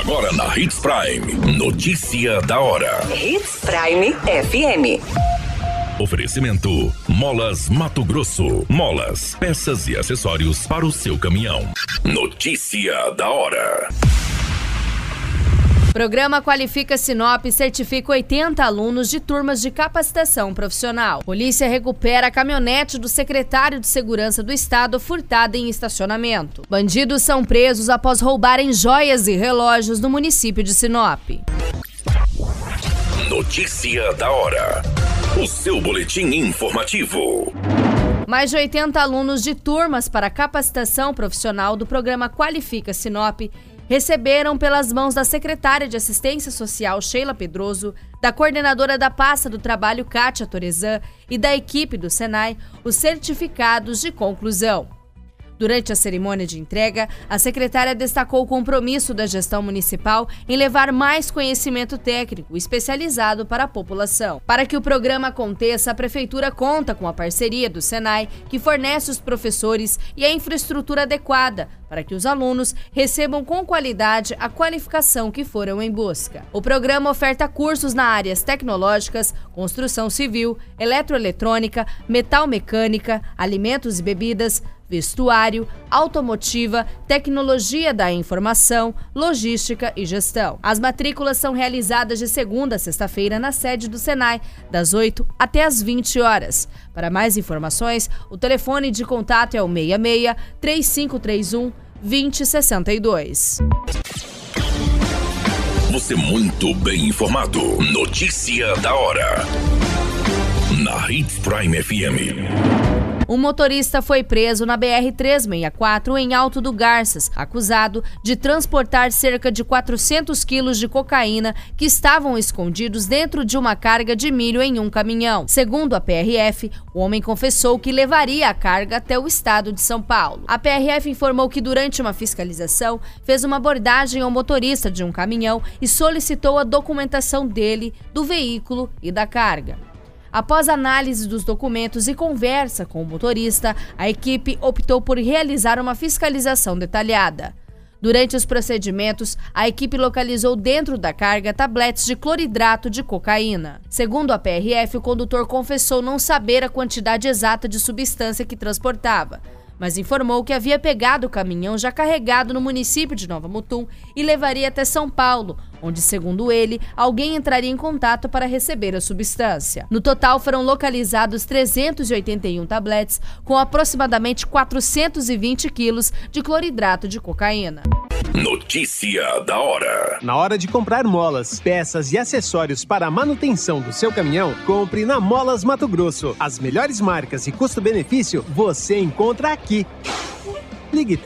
Agora na Hits Prime. Notícia da hora. Hits Prime FM. Oferecimento Molas Mato Grosso. Molas, peças e acessórios para o seu caminhão. Notícia da hora. Programa Qualifica Sinop certifica 80 alunos de turmas de capacitação profissional. Polícia recupera a caminhonete do secretário de Segurança do Estado furtada em estacionamento. Bandidos são presos após roubarem joias e relógios no município de Sinop. Notícia da hora. O seu boletim informativo. Mais de 80 alunos de turmas para capacitação profissional do programa Qualifica Sinop receberam pelas mãos da secretária de Assistência Social, Sheila Pedroso, da coordenadora da pasta do trabalho, Kátia Torezan, e da equipe do Senai, os certificados de conclusão. Durante a cerimônia de entrega, a secretária destacou o compromisso da gestão municipal em levar mais conhecimento técnico especializado para a população. Para que o programa aconteça, a Prefeitura conta com a parceria do Senai, que fornece os professores e a infraestrutura adequada para que os alunos recebam com qualidade a qualificação que foram em busca. O programa oferta cursos nas áreas tecnológicas, construção civil, eletroeletrônica, metalmecânica, alimentos e bebidas, vestuário, automotiva, tecnologia da informação, logística e gestão. As matrículas são realizadas de segunda a sexta-feira na sede do Senai, das 8 até as 20 horas. Para mais informações, o telefone de contato é o 66-3531-2062. Você muito bem informado. Notícia da hora. Na Hits Prime FM. Um motorista foi preso na BR-364 em Alto do Garças, acusado de transportar cerca de 400 quilos de cocaína que estavam escondidos dentro de uma carga de milho em um caminhão. Segundo a PRF, o homem confessou que levaria a carga até o estado de São Paulo. A PRF informou que durante uma fiscalização fez uma abordagem ao motorista de um caminhão e solicitou a documentação dele, do veículo e da carga. Após análise dos documentos e conversa com o motorista, a equipe optou por realizar uma fiscalização detalhada. Durante os procedimentos, a equipe localizou dentro da carga tabletes de cloridrato de cocaína. Segundo a PRF, o condutor confessou não saber a quantidade exata de substância que transportava, mas informou que havia pegado o caminhão já carregado no município de Nova Mutum e levaria até São Paulo, onde, segundo ele, alguém entraria em contato para receber a substância. No total, foram localizados 381 tabletes com aproximadamente 420 quilos de cloridrato de cocaína. Notícia da hora. Na hora de comprar molas, peças e acessórios para a manutenção do seu caminhão, compre na Molas Mato Grosso. As melhores marcas e custo-benefício você encontra aqui. Ligue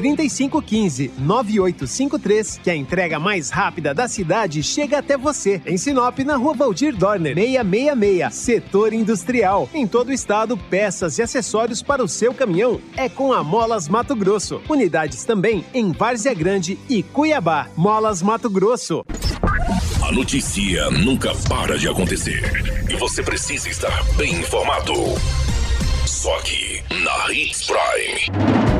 3515-9853, que a entrega mais rápida da cidade chega até você. Em Sinop, na Rua Valdir Dorner, 666, Setor Industrial. Em todo o estado, peças e acessórios para o seu caminhão é com a Molas Mato Grosso. Unidades também em Várzea Grande e Cuiabá. Molas Mato Grosso. A notícia nunca para de acontecer e você precisa estar bem informado. Só aqui, na Hits Prime.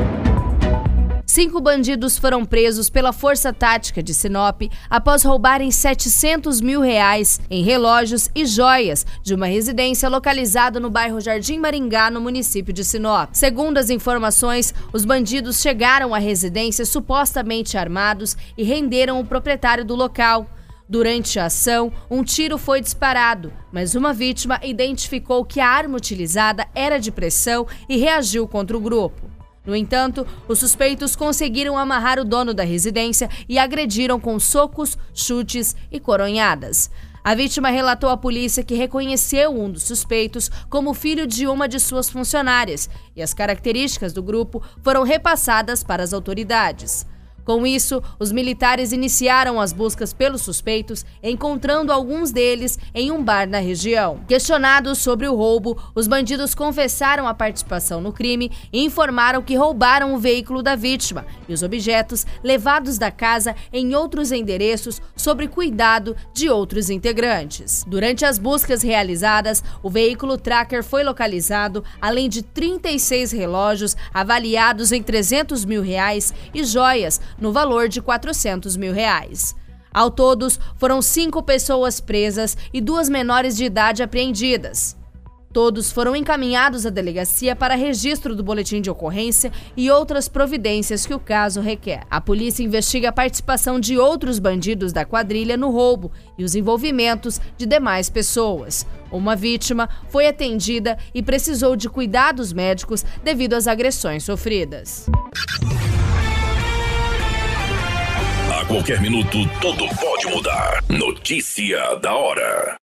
5 bandidos foram presos pela Força Tática de Sinop após roubarem 700 mil reais em relógios e joias de uma residência localizada no bairro Jardim Maringá, no município de Sinop. Segundo as informações, os bandidos chegaram à residência supostamente armados e renderam o proprietário do local. Durante a ação, um tiro foi disparado, mas uma vítima identificou que a arma utilizada era de pressão e reagiu contra o grupo. No entanto, os suspeitos conseguiram amarrar o dono da residência e agrediram com socos, chutes e coronhadas. A vítima relatou à polícia que reconheceu um dos suspeitos como filho de uma de suas funcionárias e as características do grupo foram repassadas para as autoridades. Com isso, os militares iniciaram as buscas pelos suspeitos, encontrando alguns deles em um bar na região. Questionados sobre o roubo, os bandidos confessaram a participação no crime e informaram que roubaram o veículo da vítima e os objetos levados da casa em outros endereços sob cuidado de outros integrantes. Durante as buscas realizadas, o veículo tracker foi localizado, além de 36 relógios avaliados em R$300 mil e joias no valor de R$400 mil. Ao todo, foram 5 pessoas presas e 2 menores de idade apreendidas. Todos foram encaminhados à delegacia para registro do boletim de ocorrência e outras providências que o caso requer. A polícia investiga a participação de outros bandidos da quadrilha no roubo e os envolvimentos de demais pessoas. Uma vítima foi atendida e precisou de cuidados médicos devido às agressões sofridas. A qualquer minuto, tudo pode mudar. Notícia da hora.